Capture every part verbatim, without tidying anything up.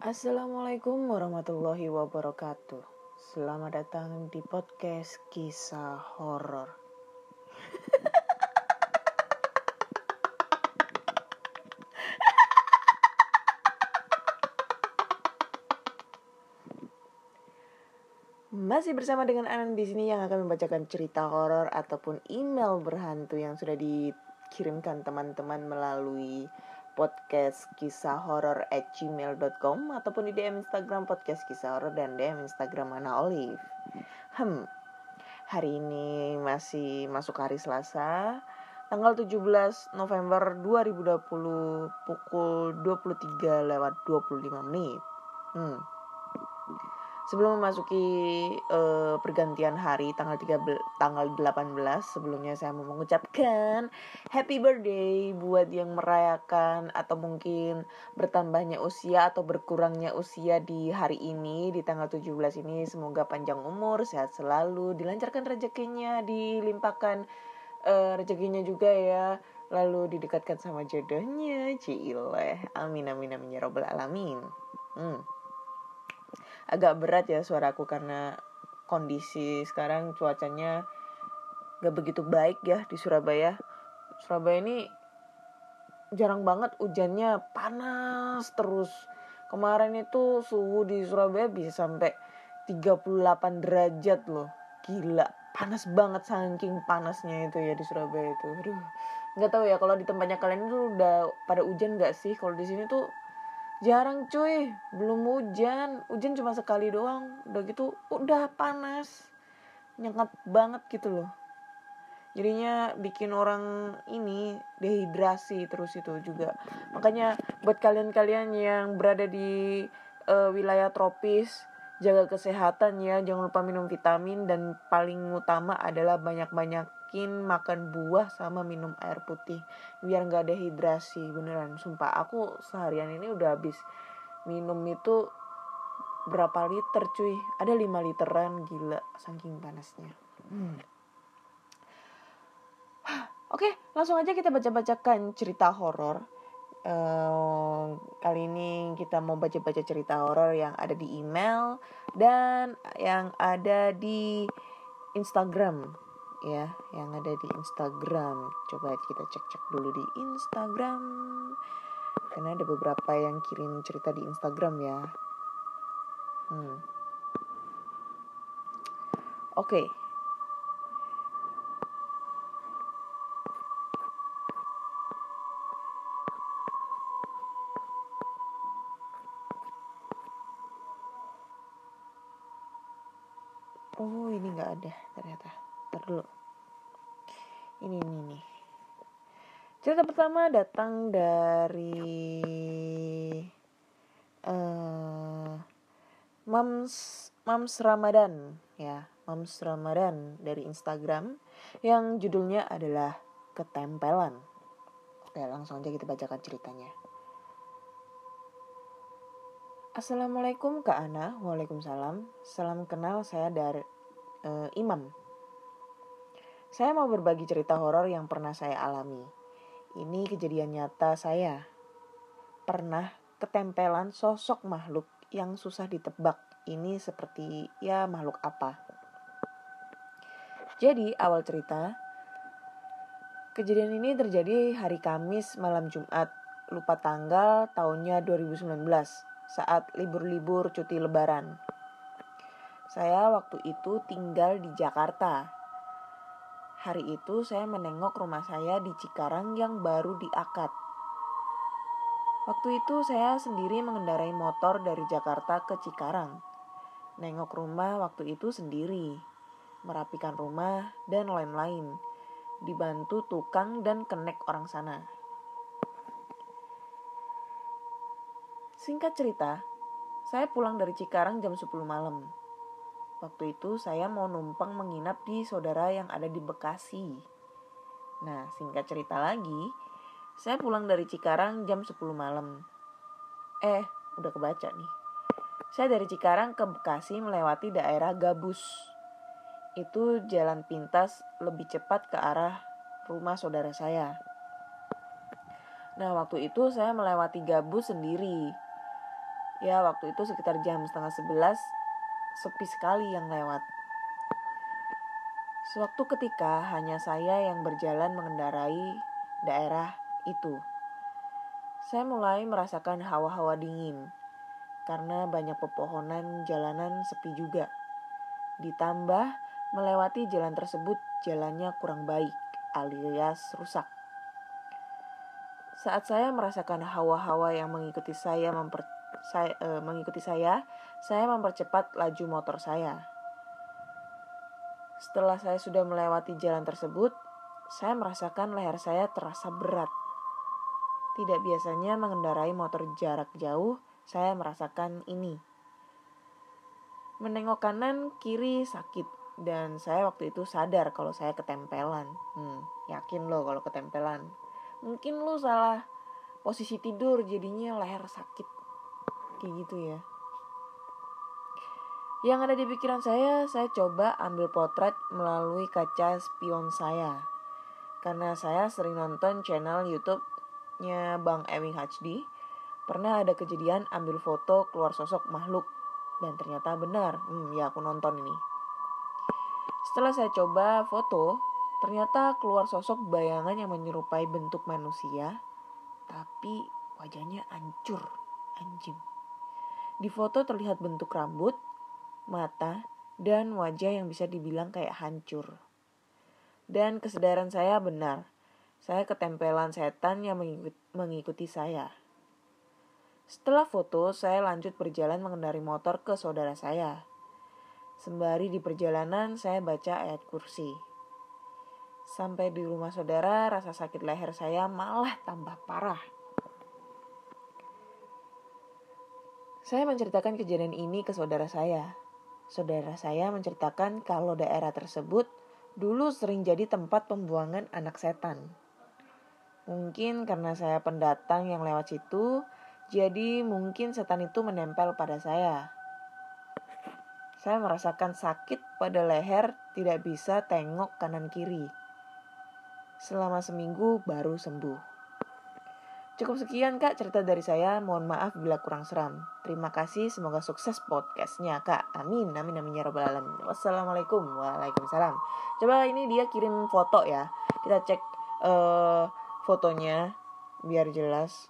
Assalamualaikum warahmatullahi wabarakatuh. Selamat datang di podcast kisah horor. Masih bersama dengan Anan di sini yang akan membacakan cerita horor ataupun email berhantu yang sudah dikirimkan teman-teman melalui podcast kisah horor at gmail dot com ataupun di D M Instagram podcast kisah horor dan D M Instagram Ana Olive. Hmm, hari ini masih masuk hari Selasa, tanggal tujuh belas November dua ribu dua puluh pukul dua puluh tiga lewat dua puluh lima menit. Hmm. Sebelum memasuki uh, pergantian hari tanggal tiga belas, tanggal delapan belas, sebelumnya saya mau mengucapkan happy birthday buat yang merayakan atau mungkin bertambahnya usia atau berkurangnya usia di hari ini, di tanggal tujuh belas ini. Semoga panjang umur, sehat selalu, dilancarkan rezekinya, dilimpahkan uh, rezekinya juga ya, lalu didekatkan sama jodohnya. Cileh, amin amin amin ya robbal alamin. Hmm. Agak berat ya suaraku karena kondisi sekarang cuacanya gak begitu baik ya di Surabaya. Surabaya ini jarang banget hujannya, panas terus. Kemarin itu suhu di Surabaya bisa sampai tiga puluh delapan derajat loh. Gila, panas banget, saking panasnya itu ya di Surabaya itu. Aduh, nggak tahu ya kalau di tempatnya kalian itu udah pada hujan nggak sih? Kalau di sini tuh jarang cuy, belum hujan. Hujan cuma sekali doang. Udah gitu udah panas, nyengat banget gitu loh. Jadinya bikin orang ini dehidrasi terus itu juga. Makanya buat kalian-kalian yang berada di uh, wilayah tropis, jaga kesehatan ya. Jangan lupa minum vitamin, dan paling utama adalah banyak-banyakin makan buah sama minum air putih biar gak dehidrasi. Beneran, sumpah aku seharian ini udah habis minum itu berapa liter cuy, ada lima literan, gila saking panasnya. hmm. Oke, langsung aja kita baca-bacakan cerita horor. Uh, kali ini kita mau baca-baca cerita horor yang ada di email dan yang ada di Instagram ya, yang ada di Instagram. Coba kita cek-cek dulu di Instagram, karena ada beberapa yang kirim cerita di Instagram ya. Hmm. Oke. Okay. Oh, ini nggak ada ternyata. Ntar dulu. Ini ini nih. Cerita pertama datang dari uh, Mams Mams Ramadan ya, Mams Ramadan dari Instagram yang judulnya adalah Ketempelan. Oke, langsung aja kita bacakan ceritanya. Assalamualaikum Kak Ana. Waalaikumsalam. Salam kenal, saya dari uh, Imam. Saya mau berbagi cerita horor yang pernah saya alami. Ini kejadian nyata saya. Pernah ketempelan sosok makhluk yang susah ditebak. Ini seperti ya makhluk apa. Jadi awal cerita, kejadian ini terjadi hari Kamis malam Jumat. Lupa tanggal, tahunnya dua ribu sembilan belas. Saat libur-libur cuti lebaran. Saya waktu itu tinggal di Jakarta. Hari itu saya menengok rumah saya di Cikarang yang baru diakat. Waktu itu saya sendiri mengendarai motor dari Jakarta ke Cikarang. Nengok rumah waktu itu sendiri. Merapikan rumah dan lain-lain. Dibantu tukang dan kenek orang sana. Singkat cerita, saya pulang dari Cikarang jam sepuluh malam. Waktu itu saya mau numpang menginap di saudara yang ada di Bekasi. Nah, singkat cerita lagi, saya pulang dari Cikarang jam sepuluh malam. Eh, udah kebaca nih. Saya dari Cikarang ke Bekasi melewati daerah Gabus. Itu jalan pintas lebih cepat ke arah rumah saudara saya. Nah, waktu itu saya melewati Gabus sendiri. Ya waktu itu sekitar jam setengah sebelas, sepi sekali yang lewat. Suatu ketika hanya saya yang berjalan mengendarai daerah itu. Saya mulai merasakan hawa-hawa dingin karena banyak pepohonan, jalanan sepi juga. Ditambah melewati jalan tersebut jalannya kurang baik alias rusak. Saat saya merasakan hawa-hawa yang mengikuti saya memper, saya, eh, mengikuti saya, saya mempercepat laju motor saya. Setelah saya sudah melewati jalan tersebut, saya merasakan leher saya terasa berat. Tidak biasanya mengendarai motor jarak jauh, saya merasakan ini. Menengok kanan, kiri sakit. Dan saya waktu itu sadar kalau saya ketempelan. Hmm, yakin lo kalau ketempelan. Mungkin lo salah posisi tidur jadinya leher sakit. Kayak gitu ya. Yang ada di pikiran saya, saya coba ambil potret melalui kaca spion saya. Karena saya sering nonton channel YouTube-nya Bang Ewing H D, pernah ada kejadian ambil foto keluar sosok makhluk. Dan ternyata benar, hmm, ya aku nonton ini. Setelah saya coba foto, ternyata keluar sosok bayangan yang menyerupai bentuk manusia, tapi wajahnya hancur, anjing. Di foto terlihat bentuk rambut, mata, dan wajah yang bisa dibilang kayak hancur. Dan kesadaran saya benar, saya ketempelan setan yang mengikuti saya. Setelah foto, saya lanjut berjalan mengendarai motor ke saudara saya. Sembari di perjalanan, saya baca ayat kursi. Sampai di rumah saudara, rasa sakit leher saya malah tambah parah. Saya menceritakan kejadian ini ke saudara saya. Saudara saya menceritakan kalau daerah tersebut dulu sering jadi tempat pembuangan anak setan. Mungkin karena saya pendatang yang lewat situ, jadi mungkin setan itu menempel pada saya. Saya merasakan sakit pada leher, tidak bisa tengok kanan kiri. Selama seminggu baru sembuh. Cukup sekian Kak cerita dari saya. Mohon maaf bila kurang seram. Terima kasih, semoga sukses podcastnya Kak. Amin, amin, amin ya rabbal alamin. Wassalamualaikum. Waalaikumsalam. Coba ini dia kirim foto ya. Kita cek uh, fotonya biar jelas.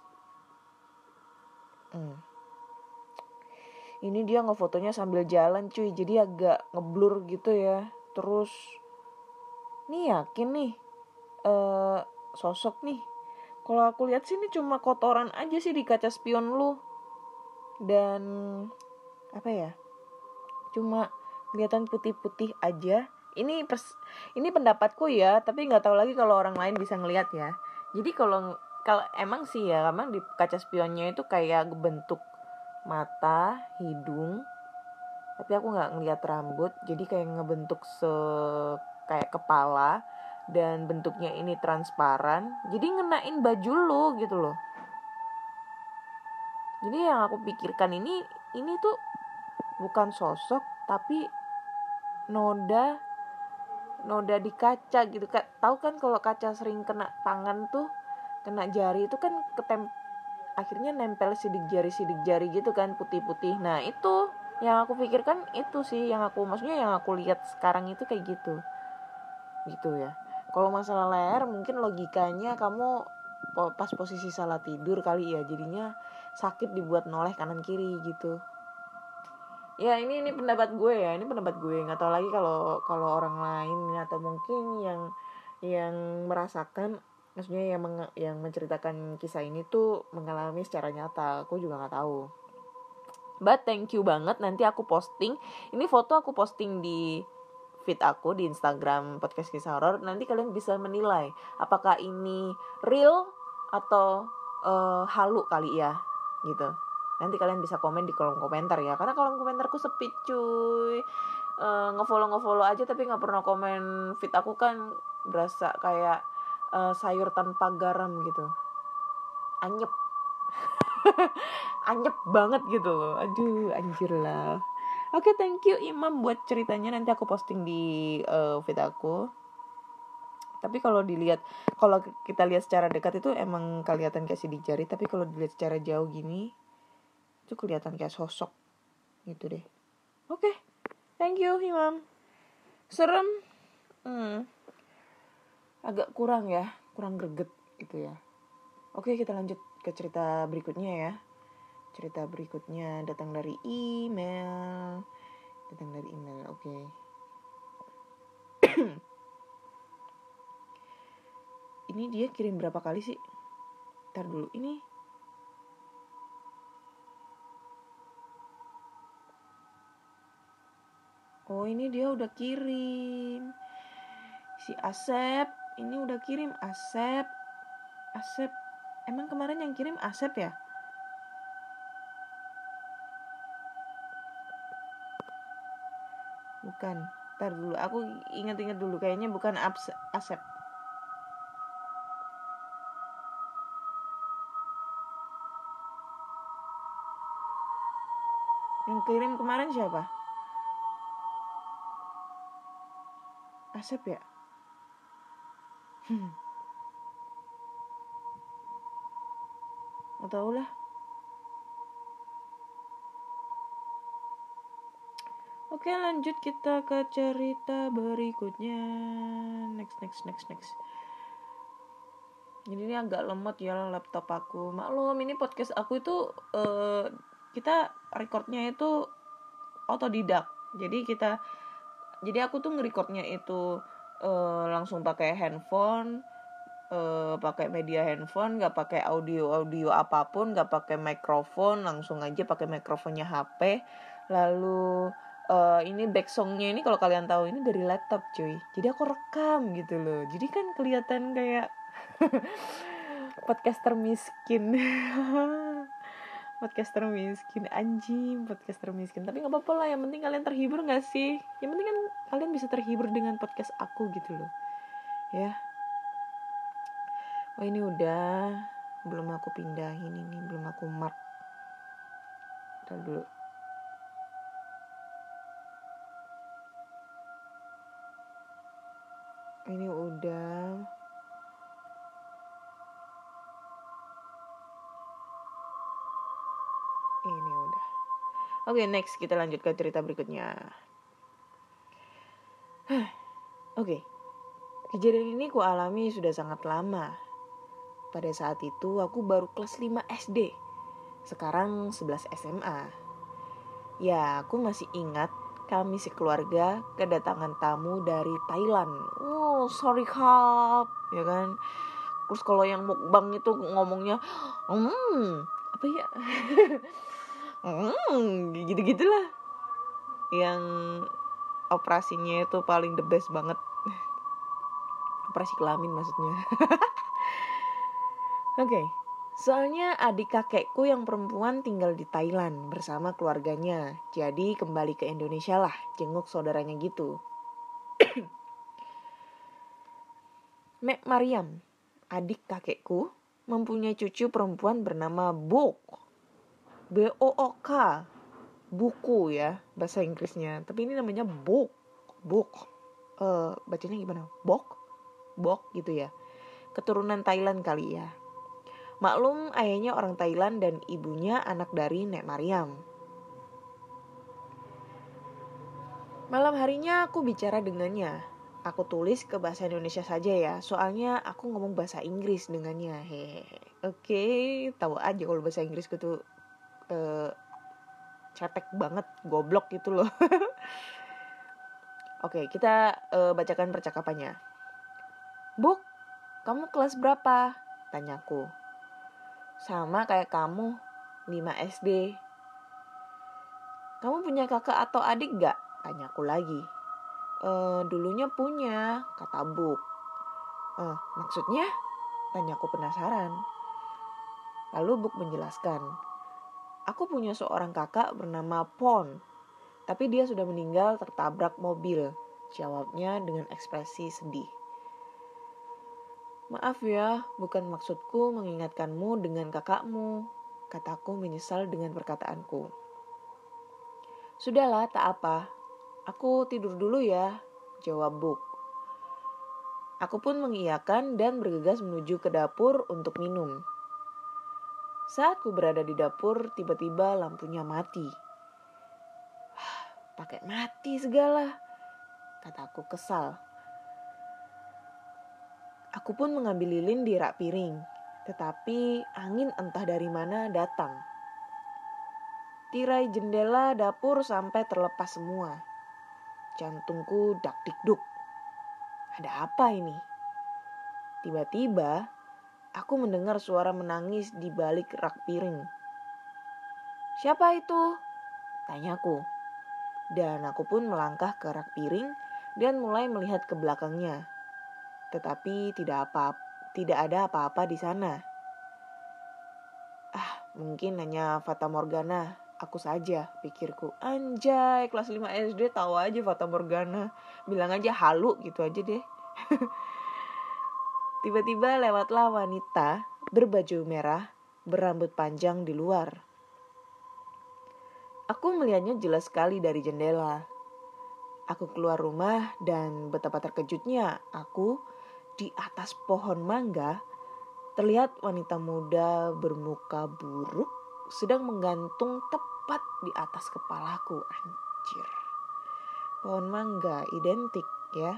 Hmm. Ini dia ngefotonya sambil jalan cuy, jadi agak ngeblur gitu ya. Terus, nih yakin nih uh, sosok nih. Kalau aku lihat sih ini cuma kotoran aja sih di kaca spion lu. Dan apa ya? Cuma kelihatan putih-putih aja. Ini pers ini pendapatku ya, tapi nggak tahu lagi kalau orang lain bisa ngelihat ya. Jadi kalau kalau emang sih ya, emang di kaca spionnya itu kayak bentuk mata, hidung. Tapi aku nggak ngelihat rambut, jadi kayak ngebentuk se kayak kepala. Dan bentuknya ini transparan, jadi ngenain baju lo gitu loh. Jadi yang aku pikirkan ini ini tuh bukan sosok tapi noda noda di kaca gitu. Tahu kan kalau kaca sering kena tangan tuh, kena jari itu kan ketem akhirnya nempel sidik jari sidik jari gitu kan, putih-putih. Nah itu yang aku pikirkan, itu sih yang aku maksudnya yang aku lihat sekarang itu kayak gitu gitu ya. Kalau masalah leher mungkin logikanya kamu pas posisi salah tidur kali ya, jadinya sakit dibuat noleh kanan kiri gitu. Ya ini ini pendapat gue ya, ini pendapat gue. Nggak tahu lagi kalau kalau orang lain atau mungkin yang yang merasakan, maksudnya yang meng, yang menceritakan kisah ini tuh mengalami secara nyata. Aku juga nggak tahu. But thank you banget. Nanti aku posting. Ini foto aku posting di feed aku di Instagram podcast kisah horor. Nanti kalian bisa menilai apakah ini real atau uh, halu kali ya gitu. Nanti kalian bisa komen di kolom komentar ya, karena kolom komentarku sepi cuy. uh, ngefollow ngefollow aja tapi nggak pernah komen feed aku kan berasa kayak uh, sayur tanpa garam gitu, anyep. anyep banget gitu loh. Aduh anjir lah. Oke, okay, thank you Imam buat ceritanya. Nanti aku posting di uh, feed aku. Tapi kalau dilihat, kalau kita lihat secara dekat itu emang kelihatan kayak sidik jari. Tapi kalau dilihat secara jauh gini, Itu kelihatan kayak sosok gitu deh. Oke, okay. Thank you Himam. Serem, hmm, agak kurang ya, kurang greget gitu ya. Oke, kita lanjut ke cerita berikutnya ya. Cerita berikutnya datang dari email. Datang dari email, oke. Okay. Ini dia kirim berapa kali sih? Ntar dulu, ini oh ini dia udah kirim. Si Asep, ini udah kirim. Asep Asep, emang kemarin yang kirim Asep ya? Bukan, ntar dulu, aku ingat-ingat dulu. Kayaknya bukan Asep. Yang kirim kemarin siapa? Asep ya? Hmm. Gak tau lah. Oke, lanjut kita ke cerita berikutnya. Next, next, next, next. Jadi ini agak lemot ya laptop aku. Maklum, ini podcast aku itu uh, kita recordnya itu otodidak. Jadi kita, jadi aku tuh ngerecordnya itu uh, langsung pakai handphone, uh, pakai media handphone, nggak pakai audio audio apapun, nggak pakai mikrofon, langsung aja pakai mikrofonnya H P. Lalu Uh, ini back songnya ini kalau kalian tahu ini dari laptop cuy. Jadi aku rekam gitu loh. Jadi kan kelihatan kayak podcaster miskin. Podcaster miskin, anjing, podcaster miskin. Tapi nggak apa-apa lah, yang penting kalian terhibur nggak sih? Yang penting kan kalian bisa terhibur dengan podcast aku gitu loh, ya. Oh ini udah, belum aku pindahin ini, belum aku mark. Ntar dulu. Ini udah. Ini udah. Oke, okay, next kita lanjut ke cerita berikutnya. Oke, okay. Kejadian ini ku alami sudah sangat lama. Pada saat itu aku baru kelas lima S D. Sekarang sebelas S M A. Ya, aku masih ingat kami sekeluarga kedatangan tamu dari Thailand. Oh, sorry kap, ya kan. Terus kalau yang mukbang itu ngomongnya, hmm, apa ya? hmm, gitu-gitulah. Yang operasinya itu paling the best banget. Operasi kelamin maksudnya. Oke. Okay. Soalnya adik kakekku yang perempuan tinggal di Thailand bersama keluarganya. Jadi kembali ke Indonesia lah, jenguk saudaranya gitu. Mek Mariam, adik kakekku, mempunyai cucu perempuan bernama Bok. B O O K. Buku ya, bahasa Inggrisnya. Tapi ini namanya Bok. Bok. Uh, bacanya gimana? Bok? Bok gitu ya. Keturunan Thailand kali ya. Maklum ayahnya orang Thailand dan ibunya anak dari Nek Mariam. Malam harinya aku bicara dengannya. Aku tulis ke bahasa Indonesia saja ya, soalnya aku ngomong bahasa Inggris dengannya. Hehehe. Oke, okay, tahu aja kalau bahasa Inggrisku tuh uh, cetek banget, goblok gitu loh. Oke, okay, kita uh, bacakan percakapannya. Buk, kamu kelas berapa? Tanyaku. Sama kayak kamu, lima S D. Kamu punya kakak atau adik gak? Tanyaku lagi. E, dulunya punya, kata Buk. E, maksudnya? Tanyaku penasaran. Lalu Buk menjelaskan. Aku punya seorang kakak bernama Pon. Tapi dia sudah meninggal tertabrak mobil. Jawabnya dengan ekspresi sedih. Maaf ya, bukan maksudku mengingatkanmu dengan kakakmu, kataku menyesal dengan perkataanku. Sudahlah, tak apa. Aku tidur dulu ya, jawab Buk. Aku pun mengiyakan dan bergegas menuju ke dapur untuk minum. Saat ku berada di dapur, tiba-tiba lampunya mati. Pakai mati segala, kataku kesal. Aku pun mengambil lilin di rak piring, tetapi angin entah dari mana datang. Tirai jendela dapur sampai terlepas semua. Jantungku dak-dik-duk. Ada apa ini? Tiba-tiba, aku mendengar suara menangis di balik rak piring. Siapa itu? Tanyaku. Dan aku pun melangkah ke rak piring dan mulai melihat ke belakangnya. Tetapi tidak apa, tidak ada apa-apa di sana. Ah, mungkin hanya Fata Morgana. Aku saja, pikirku. Anjay, kelas lima S D tahu aja Fata Morgana. Bilang aja halu gitu aja deh. Tiba-tiba lewatlah wanita berbaju merah, berambut panjang di luar. Aku melihatnya jelas sekali dari jendela. Aku keluar rumah dan betapa terkejutnya aku di atas pohon mangga terlihat wanita muda bermuka buruk sedang menggantung tepat di atas kepalaku. Anjir. Pohon mangga identik ya.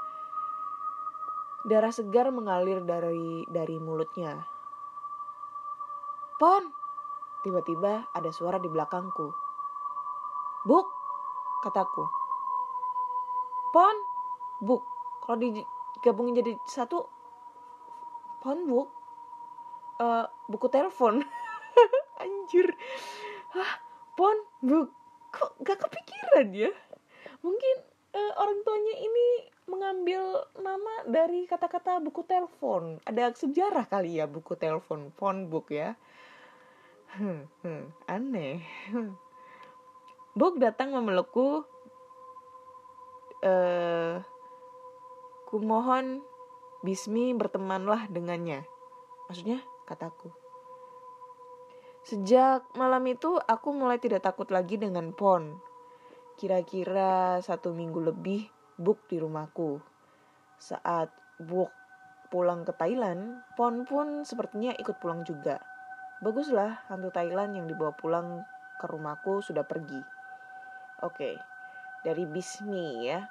Darah segar mengalir dari dari mulutnya. Pon, tiba-tiba ada suara di belakangku. Buk, kataku. Pon, buk. Kalau digabungin jadi satu, pon buk. Uh, buku telepon. Anjir. Hah, pon, buk. Kok gak kepikiran ya? Mungkin uh, orang tuanya ini mengambil nama dari kata-kata buku telepon. Ada sejarah kali ya buku telepon, phone book ya. Hmm, hmm, aneh. Buk datang memelukku. Uh, kumohon Bismi bertemanlah dengannya. Maksudnya, kataku. Sejak malam itu aku mulai tidak takut lagi dengan Pon. Kira-kira satu minggu lebih Buk di rumahku. Saat Buk pulang ke Thailand, Pon pun sepertinya ikut pulang juga. Baguslah, hantu Thailand yang dibawa pulang ke rumahku sudah pergi. Oke, dari Bismi ya.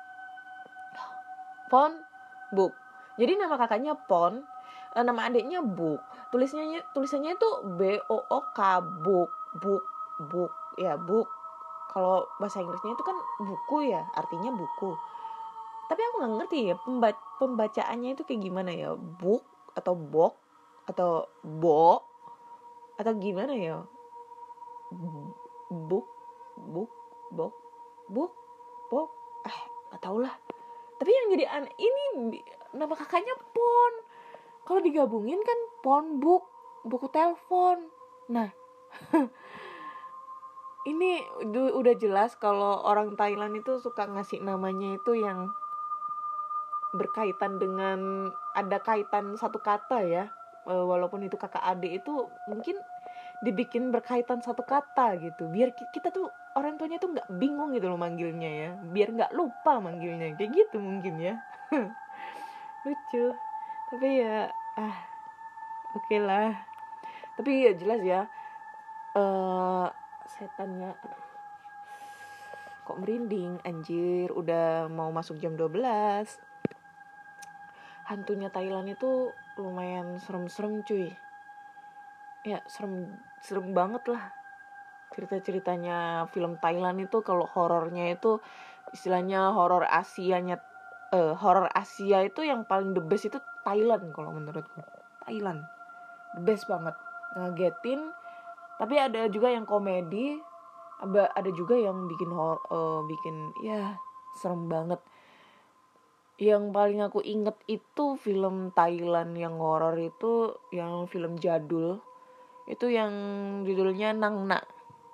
Pon, Buk. Jadi nama kakaknya Pon, nama adiknya Buk. Tulisnya tulisannya itu B O O K, Buk, Buk, Buk, ya Buk. Kalau bahasa Inggrisnya itu kan buku ya, artinya buku. Tapi aku nggak ngerti ya pembac- pembacaannya itu kayak gimana ya, Buk atau Bok atau Bo atau gimana ya, Buk, Buk, Bok, Buk, Bok, eh nggak tahu lah. Tapi yang jadi aneh ini nama kakaknya Pon. Kalau digabungin kan Pon Book, buku telepon. Nah, ini udah jelas kalau orang Thailand itu suka ngasih namanya itu yang berkaitan dengan ada kaitan satu kata ya. Walaupun itu kakak adik itu mungkin dibikin berkaitan satu kata gitu. Biar kita tuh orang tuanya tuh nggak bingung gitu loh manggilnya ya. Biar nggak lupa manggilnya kayak gitu mungkin ya. Lucu. Tapi ya ah oke okay lah. Tapi ya jelas ya uh, setannya kok merinding anjir, udah mau masuk jam dua belas. Hantunya Thailand itu lumayan serem-serem cuy. Ya serem serem banget lah. Cerita-ceritanya film Thailand itu kalau horornya itu istilahnya horor Asianya eh horor Asia itu yang paling the best itu Thailand kalau menurutku. Thailand the best banget, ngagetin. Tapi ada juga yang komedi, ada juga yang bikin horor, uh, bikin ya serem banget. Yang paling aku inget itu film Thailand yang horor itu yang film jadul itu yang judulnya Nang Na.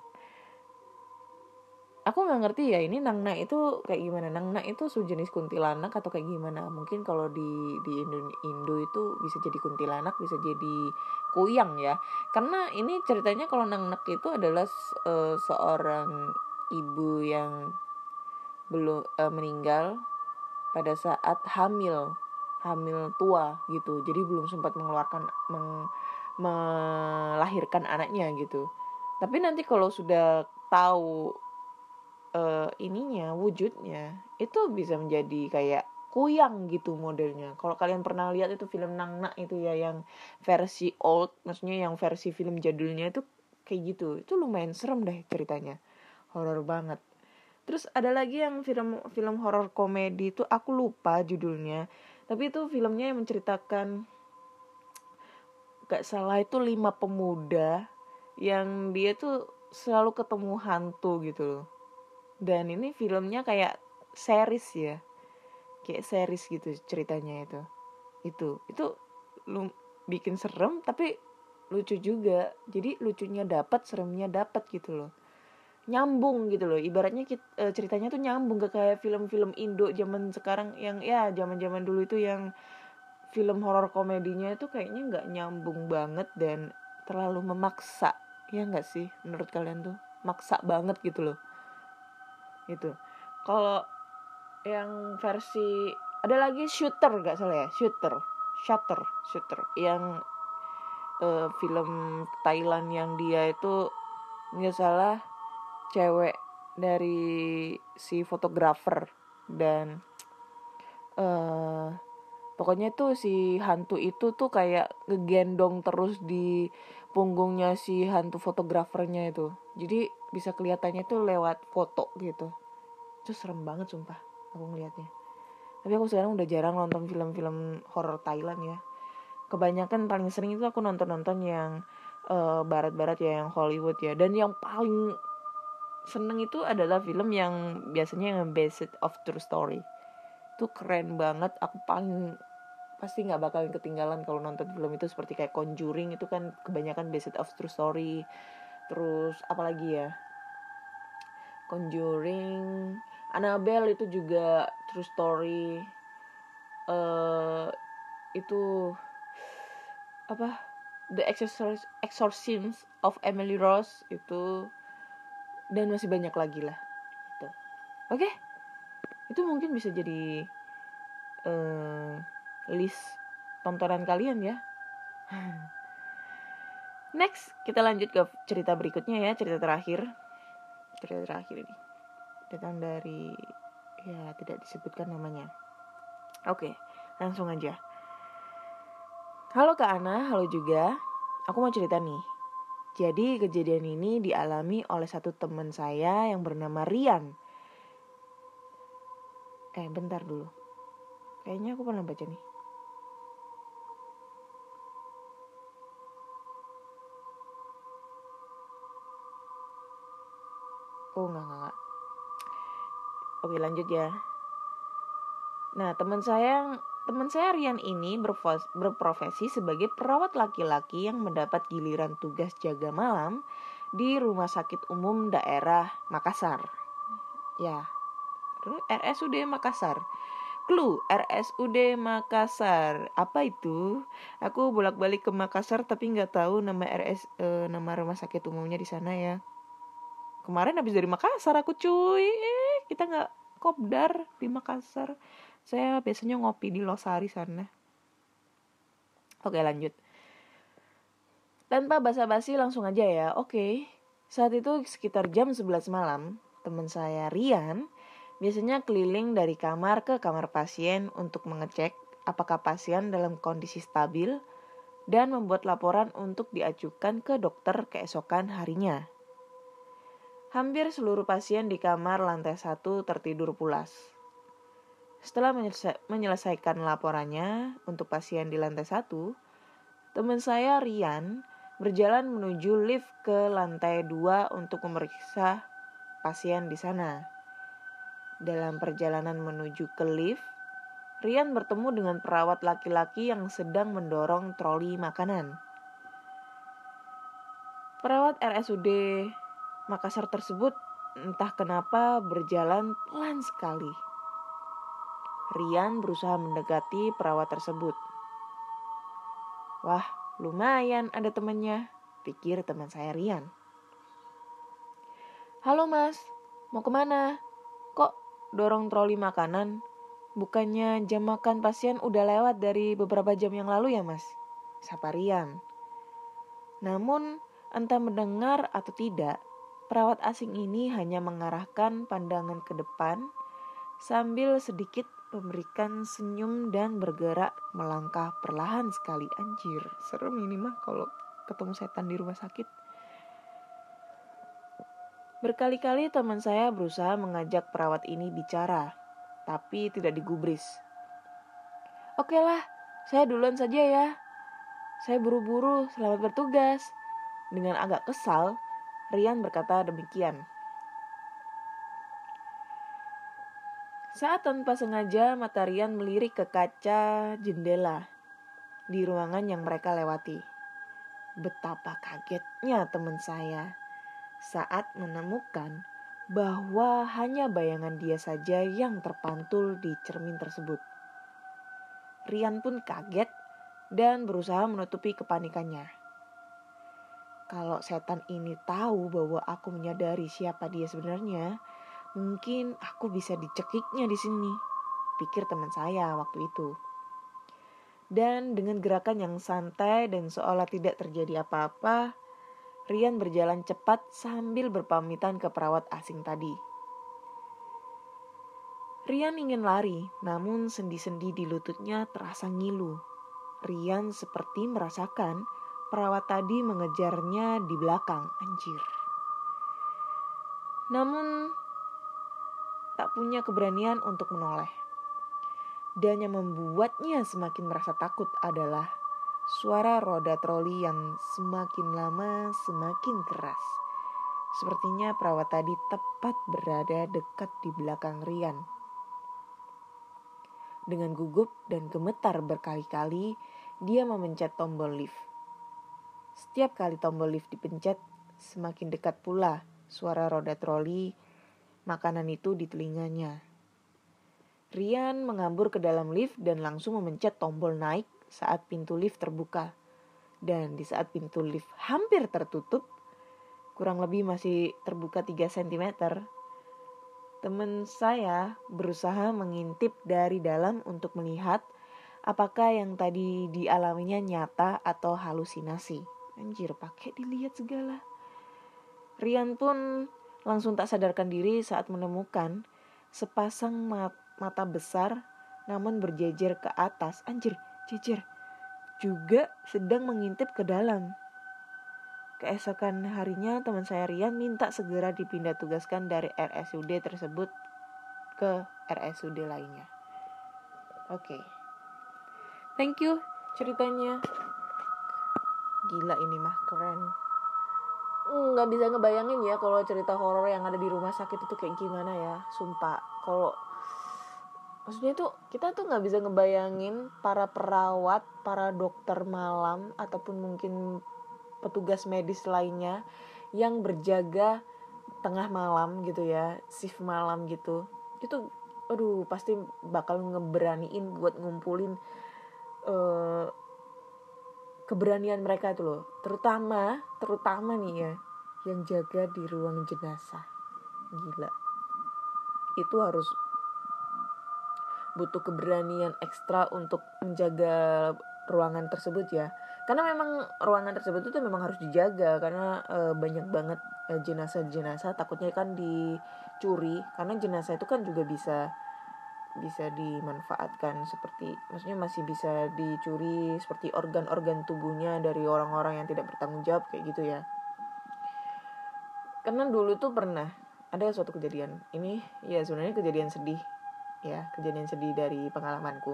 Aku nggak ngerti ya ini Nang Na itu kayak gimana. Nang Na itu sejenis kuntilanak atau kayak gimana? Mungkin kalau di di Indo, Indo itu bisa jadi kuntilanak, bisa jadi kuyang ya. Karena ini ceritanya kalau Nang Na itu adalah uh, seorang ibu yang belum uh, meninggal pada saat hamil, hamil tua gitu. Jadi belum sempat mengeluarkan meng, melahirkan anaknya gitu. Tapi nanti kalau sudah tahu uh, ininya, wujudnya, itu bisa menjadi kayak kuyang gitu modelnya. Kalau kalian pernah lihat itu film Nang Nak itu ya, yang versi old, maksudnya yang versi film jadulnya itu kayak gitu. Itu lumayan serem deh ceritanya, horor banget. Terus ada lagi yang film film horor komedi itu aku lupa judulnya, tapi itu filmnya yang menceritakan, gak salah itu lima pemuda yang dia tuh selalu ketemu hantu gitu loh. Dan ini filmnya kayak series ya, kayak series gitu ceritanya itu. Itu itu lu bikin serem tapi lucu juga. Jadi lucunya dapat, seremnya dapat gitu loh. Nyambung gitu loh. Ibaratnya kita, ceritanya tuh nyambung, gak kayak film-film Indo zaman sekarang yang ya zaman-zaman dulu itu yang film horor komedinya itu kayaknya nggak nyambung banget dan terlalu memaksa, ya nggak sih menurut kalian tuh maksa banget gitu loh. Itu kalau yang versi ada lagi Shooter nggak salah ya, Shooter Shutter Shooter yang uh, film Thailand yang dia itu nggak salah cewek dari si fotografer dan uh, pokoknya tuh si hantu itu tuh kayak ngegendong terus di punggungnya si hantu fotografernya itu. Jadi bisa kelihatannya tuh lewat foto gitu. Itu serem banget sumpah aku ngelihatnya. Tapi aku sekarang udah jarang nonton film-film horor Thailand ya. Kebanyakan paling sering itu aku nonton-nonton yang uh, barat-barat ya, yang Hollywood ya. Dan yang paling seneng itu adalah film yang biasanya yang based of true story. Itu keren banget. Aku paling pasti nggak bakalan ketinggalan kalau nonton film itu, seperti kayak Conjuring itu kan kebanyakan based of true story. Terus apalagi ya, Conjuring, Annabelle itu juga true story. Uh, itu apa, The Exorcist, Exorcism of Emily Rose itu, dan masih banyak lagi lah itu. Oke, okay? Itu mungkin bisa jadi uh, list tontonan kalian ya. Next, kita lanjut ke cerita berikutnya ya, cerita terakhir. Cerita terakhir ini datang dari, ya tidak disebutkan namanya. Oke, langsung aja. Halo Kak Ana, halo juga. Aku mau cerita nih. Jadi kejadian ini dialami oleh satu teman saya yang bernama Rian. Eh, bentar dulu. Kayaknya aku pernah baca nih. Oh, enggak, enggak, enggak. Oke, lanjut ya. Nah, teman saya teman saya Rian ini berprofesi sebagai perawat laki-laki yang mendapat giliran tugas jaga malam di Rumah Sakit Umum Daerah Makassar. Ya, R S U D Makassar. Clue, R S U D Makassar. Apa itu? Aku bolak-balik ke Makassar tapi nggak tahu nama R S eh, nama rumah sakit umumnya di sana ya. Kemarin habis dari Makassar aku cuy. Eh, kita nggak kopdar di Makassar. Saya biasanya ngopi di Losari sana. Oke, lanjut. Tanpa basa-basi langsung aja ya. Oke. Saat itu sekitar jam sebelas malam, teman saya Rian biasanya keliling dari kamar ke kamar pasien untuk mengecek apakah pasien dalam kondisi stabil dan membuat laporan untuk diajukan ke dokter keesokan harinya. Hampir seluruh pasien di kamar lantai satu tertidur pulas. Setelah menyelesa- menyelesaikan laporannya untuk pasien di lantai satu, teman saya Rian berjalan menuju lift ke lantai dua untuk memeriksa pasien di sana. Dalam perjalanan menuju ke lift, Rian bertemu dengan perawat laki-laki yang sedang mendorong troli makanan. Perawat R S U D Makassar tersebut entah kenapa berjalan pelan sekali. Rian berusaha mendekati perawat tersebut. Wah, lumayan ada temannya, pikir teman saya Rian. Halo mas, mau kemana? Kok dorong troli makanan? Bukannya jam makan pasien udah lewat dari beberapa jam yang lalu ya mas? Sapa Rian. Namun, entah mendengar atau tidak, perawat asing ini hanya mengarahkan pandangan ke depan sambil sedikit memberikan senyum dan bergerak melangkah perlahan sekali. Anjir, serem ini mah kalau ketemu setan di rumah sakit. Berkali-kali teman saya berusaha mengajak perawat ini bicara, tapi tidak digubris. Oke lah, saya duluan saja ya. Saya buru-buru, selamat bertugas. Dengan agak kesal, Rian berkata demikian. Saat tanpa sengaja mata Rian melirik ke kaca jendela di ruangan yang mereka lewati. Betapa kagetnya teman saya saat menemukan bahwa hanya bayangan dia saja yang terpantul di cermin tersebut. Rian pun kaget dan berusaha menutupi kepanikannya. Kalau setan ini tahu bahwa aku menyadari siapa dia sebenarnya, mungkin aku bisa dicekiknya di sini, pikir teman saya waktu itu. Dan dengan gerakan yang santai dan seolah tidak terjadi apa-apa, Rian berjalan cepat sambil berpamitan ke perawat asing tadi. Rian ingin lari, namun sendi-sendi di lututnya terasa ngilu. Rian seperti merasakan perawat tadi mengejarnya di belakang. Anjir. Namun tak punya keberanian untuk menoleh. Dan yang membuatnya semakin merasa takut adalah suara roda troli yang semakin lama semakin keras. Sepertinya perawat tadi tepat berada dekat di belakang Rian. Dengan gugup dan gemetar berkali-kali, dia memencet tombol lift. Setiap kali tombol lift dipencet, semakin dekat pula suara roda troli makanan itu di telinganya. Rian mengambur ke dalam lift dan langsung memencet tombol naik saat pintu lift terbuka. Dan di saat pintu lift hampir tertutup, kurang lebih masih terbuka tiga sentimeter, teman saya berusaha mengintip dari dalam untuk melihat apakah yang tadi dialaminya nyata atau halusinasi. Anjir, pakai dilihat segala. Rian pun langsung tak sadarkan diri saat menemukan sepasang mata besar namun berjejer ke atas. Anjir, jejer. Juga sedang mengintip ke dalam. Keesokan harinya teman saya Rian minta segera dipindah tugaskan dari R S U D tersebut ke R S U D lainnya. Oke. Okay. Thank you ceritanya. Gila ini mah keren. Nggak bisa ngebayangin ya kalau cerita horor yang ada di rumah sakit itu kayak gimana ya. Sumpah. Kalau maksudnya tuh kita tuh nggak bisa ngebayangin para perawat, para dokter malam ataupun mungkin petugas medis lainnya yang berjaga tengah malam gitu ya, shift malam gitu. Itu aduh pasti bakal ngeberaniin buat ngumpulin uh, keberanian mereka itu loh. Terutama terutama nih ya yang jaga di ruang jenazah. Gila. Itu harus butuh keberanian ekstra untuk menjaga ruangan tersebut ya. Karena memang ruangan tersebut itu memang harus dijaga karena e, banyak banget e, jenazah-jenazah, takutnya kan dicuri karena jenazah itu kan juga bisa bisa dimanfaatkan seperti maksudnya masih bisa dicuri seperti organ-organ tubuhnya dari orang-orang yang tidak bertanggung jawab kayak gitu ya. Karena dulu tuh pernah ada suatu kejadian. Ini ya sebenarnya kejadian sedih ya, kejadian sedih dari pengalamanku.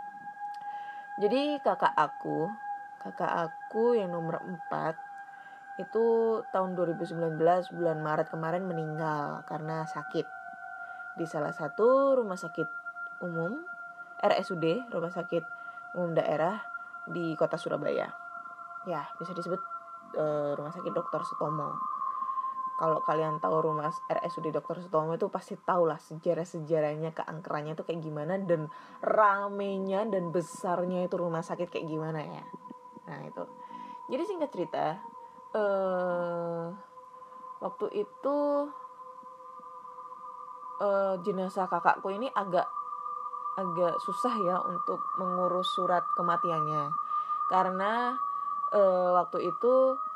Jadi kakak aku, kakak aku yang nomor empat itu tahun dua ribu sembilan belas bulan Maret kemarin meninggal karena sakit di salah satu rumah sakit umum R S U D, rumah sakit umum daerah di kota Surabaya. Ya, bisa disebut uh, rumah sakit Dokter Sutomo. Kalau kalian tahu rumah R S U D Dokter Sutomo itu pasti tahu lah sejarah-sejarahnya, keangkerannya itu kayak gimana dan ramenya dan besarnya itu rumah sakit kayak gimana ya. Nah itu. Jadi singkat cerita, uh, waktu itu uh, jenazah kakakku ini agak agak susah ya untuk mengurus surat kematiannya karena uh, waktu itu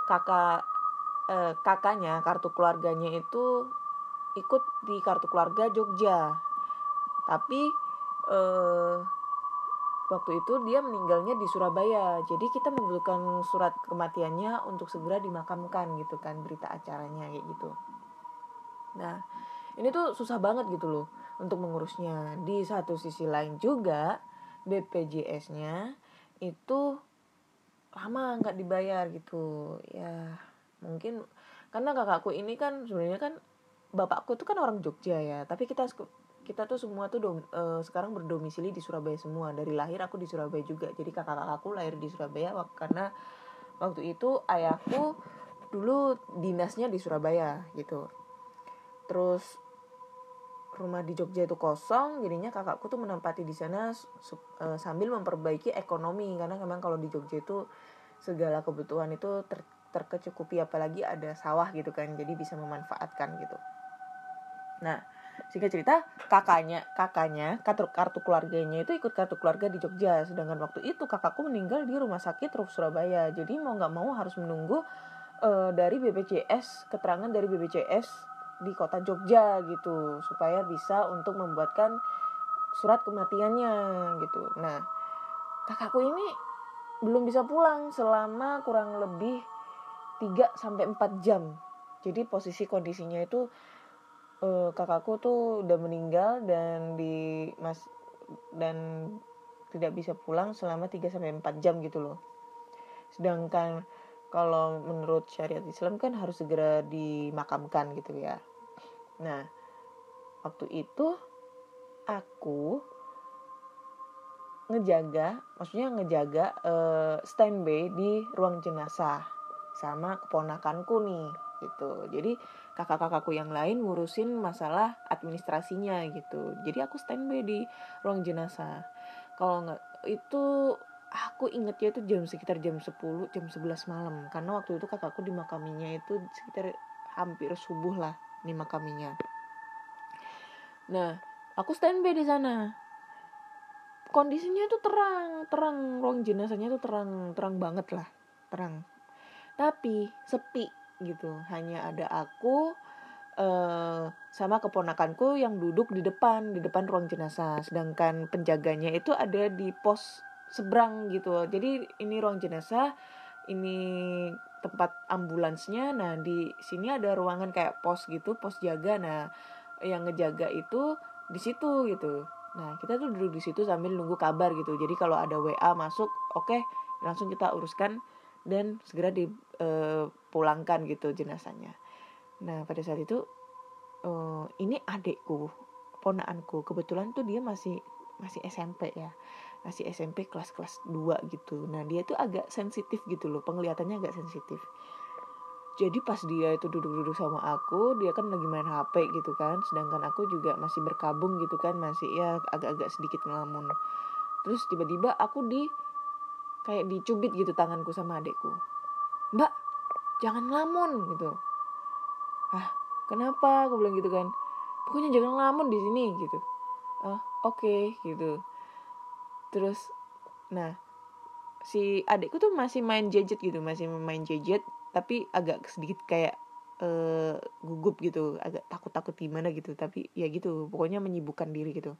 kakak eh, kakaknya, kartu keluarganya itu ikut di kartu keluarga Jogja. Tapi eh, waktu itu dia meninggalnya di Surabaya. Jadi kita membutuhkan surat kematiannya untuk segera dimakamkan gitu kan, berita acaranya kayak gitu. Nah, ini tuh susah banget gitu loh untuk mengurusnya. Di satu sisi lain juga B P J S-nya itu lama nggak dibayar gitu. Ya mungkin karena kakakku ini kan sebenarnya kan bapakku tuh kan orang Jogja ya. Tapi kita kita tuh semua tuh dom, uh, sekarang berdomisili di Surabaya semua. Dari lahir aku di Surabaya juga. Jadi kakak-kakakku lahir di Surabaya karena waktu itu ayahku dulu dinasnya di Surabaya gitu. Terus rumah di Jogja itu kosong, jadinya kakakku tuh menempati di sana uh, sambil memperbaiki ekonomi, karena memang kalau di Jogja itu segala kebutuhan itu ter, terkecukupi, apalagi ada sawah gitu kan, jadi bisa memanfaatkan gitu. Nah, singkat cerita kakaknya kakaknya kartu kartu keluarganya itu ikut kartu keluarga di Jogja, sedangkan waktu itu kakakku meninggal di rumah sakit Ruf Surabaya, jadi mau nggak mau harus menunggu uh, dari B P J S, keterangan dari B P J S di kota Jogja gitu, supaya bisa untuk membuatkan surat kematiannya gitu. Nah, kakakku ini belum bisa pulang selama kurang lebih tiga sampai empat jam. Jadi posisi kondisinya itu eh, kakakku tuh udah meninggal dan di mas dan tidak bisa pulang selama tiga sampai empat jam gitu loh. Sedangkan kalau menurut syariat Islam kan harus segera dimakamkan gitu ya. Nah, waktu itu aku ngejaga, maksudnya ngejaga uh, standby di ruang jenazah sama keponakanku nih gitu. Jadi kakak-kakakku yang lain ngurusin masalah administrasinya gitu. Jadi aku standby di ruang jenazah. Kalau nggak itu aku ingetnya itu jam sekitar jam sepuluh, jam sebelas malam, karena waktu itu kakakku dimakaminya itu sekitar hampir subuh lah dimakaminya. Nah, aku standby di sana. Kondisinya itu terang, terang ruang jenazahnya itu terang, terang banget lah, terang. Tapi sepi gitu, hanya ada aku eh, sama keponakanku yang duduk di depan, di depan ruang jenazah. Sedangkan penjaganya itu ada di pos seberang gitu. Jadi ini ruang jenazah, ini tempat ambulansnya. Nah di sini ada ruangan kayak pos gitu, pos jaga. Nah yang ngejaga itu di situ gitu. Nah kita tuh duduk di situ sambil nunggu kabar gitu. Jadi kalau ada W A masuk, oke okay, langsung kita uruskan dan segera dipulangkan uh, gitu jenazahnya. Nah pada saat itu uh, ini adikku, ponakanku, kebetulan tuh dia masih masih S M P ya, masih S M P kelas-kelas dua gitu. Nah dia tuh agak sensitif gitu loh, penglihatannya agak sensitif. Jadi pas dia itu duduk-duduk sama aku, dia kan lagi main H P gitu kan, sedangkan aku juga masih berkabung gitu kan, masih ya agak-agak sedikit ngelamun. Terus tiba-tiba aku di kayak dicubit gitu tanganku sama adekku. Mbak, jangan ngelamun gitu. Ah, kenapa? Aku bilang gitu kan. Pokoknya jangan ngelamun di sini gitu. Oh, oke okay, gitu. Terus, nah si adekku tuh masih main gadget gitu, masih main gadget, tapi agak sedikit kayak uh, gugup gitu, agak takut-takut gimana gitu, tapi ya gitu, pokoknya menyibukkan diri gitu.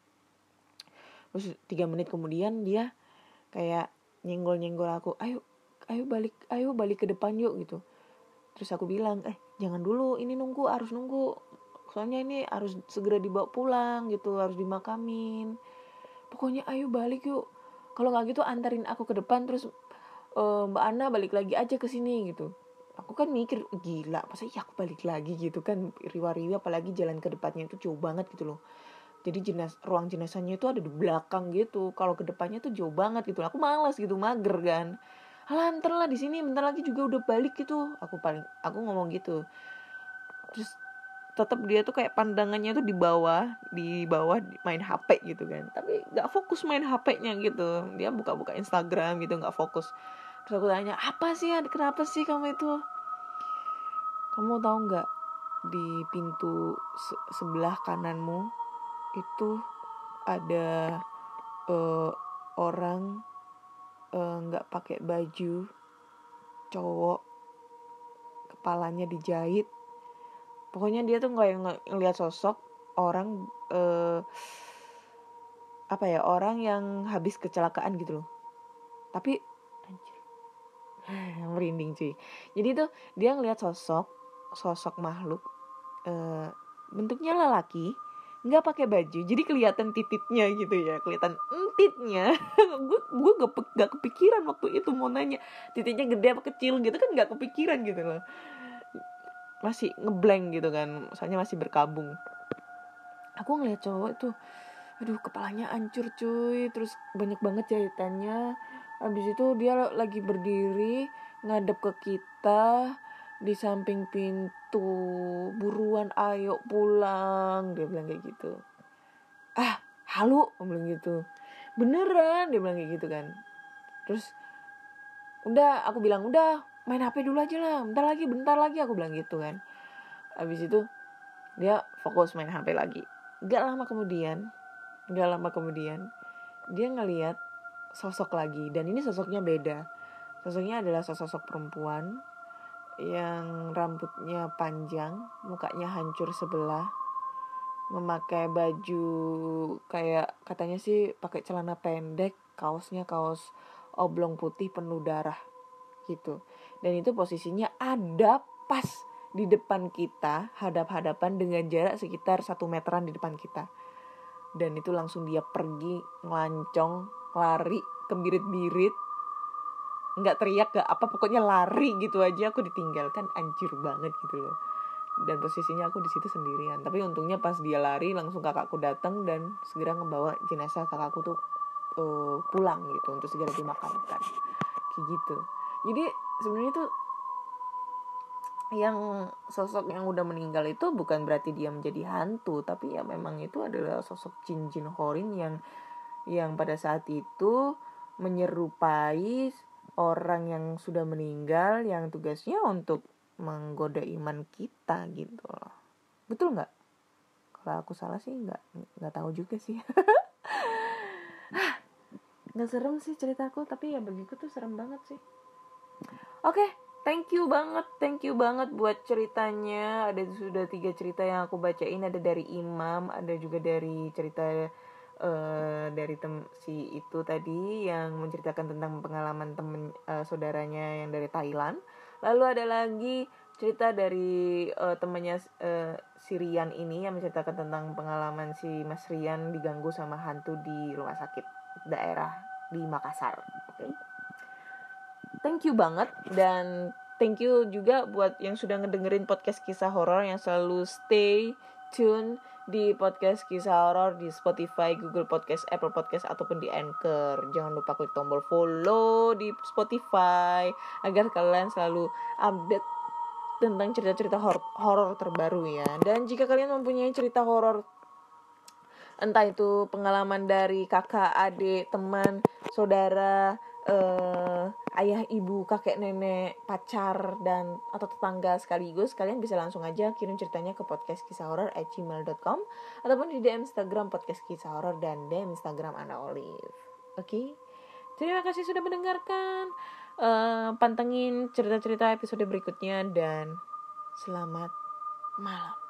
Terus tiga menit kemudian dia kayak nyenggol-nyenggol aku, ayo, ayo balik, ayo balik ke depan yuk gitu. Terus aku bilang, eh jangan dulu, ini nunggu, harus nunggu, soalnya ini harus segera dibawa pulang gitu, harus dimakamin. Pokoknya ayo balik yuk. Kalau nggak gitu antarin aku ke depan, terus uh, Mbak Ana balik lagi aja ke sini gitu. Aku kan mikir gila, masa iya aku balik lagi gitu kan, riwa-riwa, apalagi jalan ke depannya itu jauh banget gitu loh. Jadi jenas ruang jenazahnya itu ada di belakang gitu. Kalau ke depannya tuh jauh banget gitu. Aku malas gitu, mager kan. Alah ntar lah di sini, bentar lagi juga udah balik gitu. Aku paling aku ngomong gitu. Terus tetap dia tuh kayak pandangannya tuh di bawah, di bawah main H P gitu kan. Tapi nggak fokus main H P-nya gitu. Dia buka-buka Instagram gitu, nggak fokus. Terus aku tanya, apa sih? Kenapa sih kamu itu? Kamu tahu nggak di pintu se- sebelah kananmu itu ada uh, orang nggak uh, pakai baju, cowok, kepalanya dijahit. Pokoknya dia tuh kayak ng- ngelihat sosok orang eh, apa ya, orang yang habis kecelakaan gitu loh. Tapi anjir, merinding cuy. Jadi tuh dia ngelihat sosok sosok makhluk eh, bentuknya lelaki, nggak pakai baju, jadi kelihatan tititnya gitu ya, kelihatan entitnya. gue gue gak, gak kepikiran waktu itu mau nanya titiknya gede apa kecil gitu kan, nggak kepikiran gitu loh, masih ngeblank gitu kan, soalnya masih berkabung. Aku ngeliat cowok tuh, aduh kepalanya hancur cuy, terus banyak banget jahitannya. Habis itu dia lagi berdiri ngadep ke kita di samping pintu, buruan ayo pulang, dia bilang kayak gitu. Ah halu, dia bilang gitu. Beneran, dia bilang kayak gitu kan. Terus udah, aku bilang udah main H P dulu aja lah, bentar lagi bentar lagi aku bilang gitu kan. Habis itu dia fokus main H P lagi. Gak lama kemudian Gak lama kemudian dia ngelihat sosok lagi, dan ini sosoknya beda. Sosoknya adalah sosok perempuan yang rambutnya panjang, mukanya hancur sebelah, memakai baju kayak katanya sih pakai celana pendek, kaosnya kaos oblong putih penuh darah gitu. Dan itu posisinya ada pas di depan kita, hadap-hadapan dengan jarak sekitar satu meteran di depan kita. Dan itu langsung dia pergi, ngelancong, lari, kebirit-birit, nggak teriak, nggak apa, pokoknya lari gitu aja. Aku ditinggalkan, anjir banget gitu loh. Dan posisinya aku di situ sendirian. Tapi untungnya pas dia lari, langsung kakakku datang dan segera ngebawa jenazah kakakku tuh uh, pulang gitu untuk segera dimakamkan, kayak gitu. Jadi sebenarnya tuh yang sosok yang udah meninggal itu bukan berarti dia menjadi hantu, tapi ya memang itu adalah sosok jin-jin horin yang yang pada saat itu menyerupai orang yang sudah meninggal, yang tugasnya untuk menggoda iman kita gitu loh. Betul nggak? Kalau aku salah sih nggak nggak tahu juga sih. Nggak serem sih ceritaku, tapi ya bagiku tuh serem banget sih. Oke, okay, thank you banget, thank you banget buat ceritanya. Ada sudah tiga cerita yang aku bacain, ada dari Imam, ada juga dari cerita uh, dari tem si itu tadi yang menceritakan tentang pengalaman temen uh, saudaranya yang dari Thailand. Lalu ada lagi cerita dari uh, temannya uh, si Rian ini yang menceritakan tentang pengalaman si Mas Rian diganggu sama hantu di rumah sakit daerah di Makassar. Oke. Okay? Thank you banget, dan thank you juga buat yang sudah ngedengerin podcast kisah horor, yang selalu stay tune di podcast kisah horor di Spotify, Google Podcast, Apple Podcast, ataupun di Anchor. Jangan lupa klik tombol follow di Spotify agar kalian selalu update tentang cerita-cerita hor- horor terbaru ya. Dan jika kalian mempunyai cerita horor, entah itu pengalaman dari kakak, adik, teman, saudara, Uh, ayah, ibu, kakek, nenek, pacar, dan atau tetangga sekaligus, kalian bisa langsung aja kirim ceritanya ke podcast kisah horor at gmail dot com ataupun di D M Instagram podcast kisah horor dan D M Instagram Ana Olive. Oke, okay? Terima kasih sudah mendengarkan. Uh, pantengin cerita-cerita episode berikutnya dan selamat malam.